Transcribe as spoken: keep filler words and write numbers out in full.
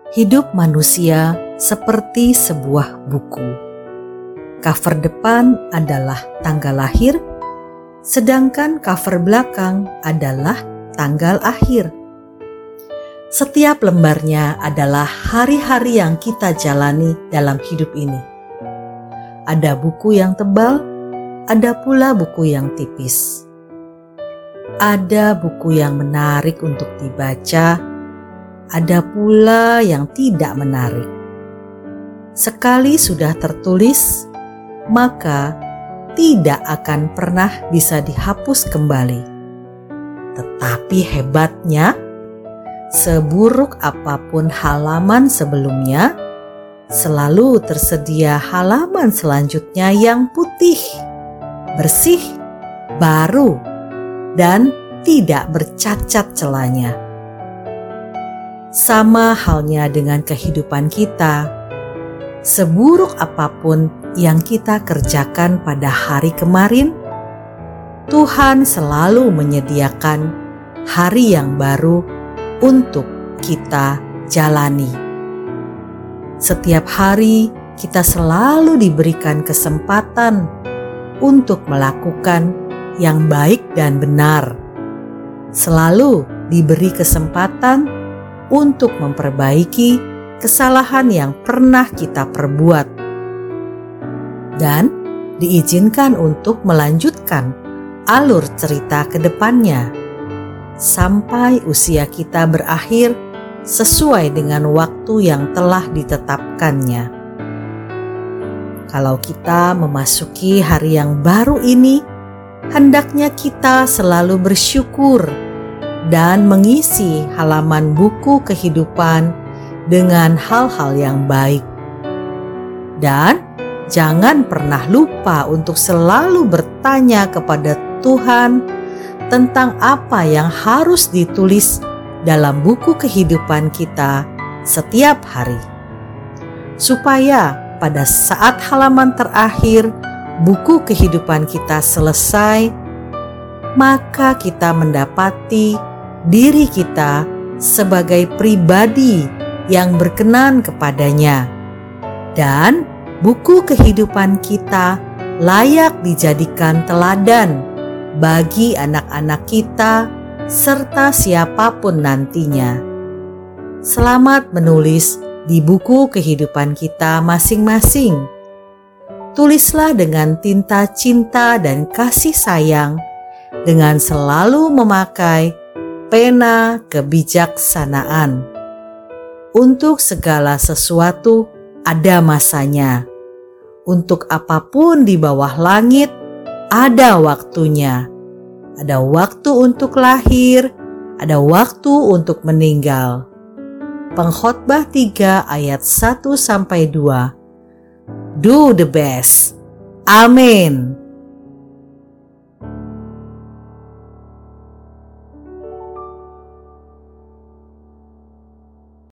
Hidup manusia seperti sebuah buku. Cover depan adalah tanggal lahir, sedangkan cover belakang adalah tanggal akhir. Setiap lembarnya adalah hari-hari yang kita jalani dalam hidup ini. Ada buku yang tebal, ada pula buku yang tipis. Ada buku yang menarik untuk dibaca, ada pula yang tidak menarik. Sekali sudah tertulis, maka tidak akan pernah bisa dihapus kembali. Tetapi hebatnya, seburuk apapun halaman sebelumnya, selalu tersedia halaman selanjutnya yang putih, bersih, baru, dan tidak bercacat celanya. Sama halnya dengan kehidupan kita, seburuk apapun yang kita kerjakan pada hari kemarin, Tuhan selalu menyediakan hari yang baru untuk kita jalani. Setiap hari kita selalu diberikan kesempatan untuk melakukan yang baik dan benar. Selalu diberi kesempatan untuk memperbaiki kesalahan yang pernah kita perbuat. Dan diizinkan untuk melanjutkan alur cerita ke depannya sampai usia kita berakhir sesuai dengan waktu yang telah ditetapkannya. Kalau kita memasuki hari yang baru ini, hendaknya kita selalu bersyukur dan mengisi halaman buku kehidupan dengan hal-hal yang baik. Dan jangan pernah lupa untuk selalu bertanya kepada Tuhan tentang apa yang harus ditulis dalam buku kehidupan kita setiap hari. Supaya pada saat halaman terakhir buku kehidupan kita selesai, maka kita mendapati diri kita sebagai pribadi yang berkenan kepadanya, dan buku kehidupan kita layak dijadikan teladan bagi anak-anak kita serta siapapun nantinya. Selamat menulis di buku kehidupan kita masing-masing. Tulislah dengan tinta cinta dan kasih sayang, dengan selalu memakai pena kebijaksanaan. Untuk segala sesuatu ada masanya. Untuk apapun di bawah langit ada waktunya. Ada waktu untuk lahir, ada waktu untuk meninggal. Pengkhotbah tiga ayat satu sampai dua. Do the best. Amin.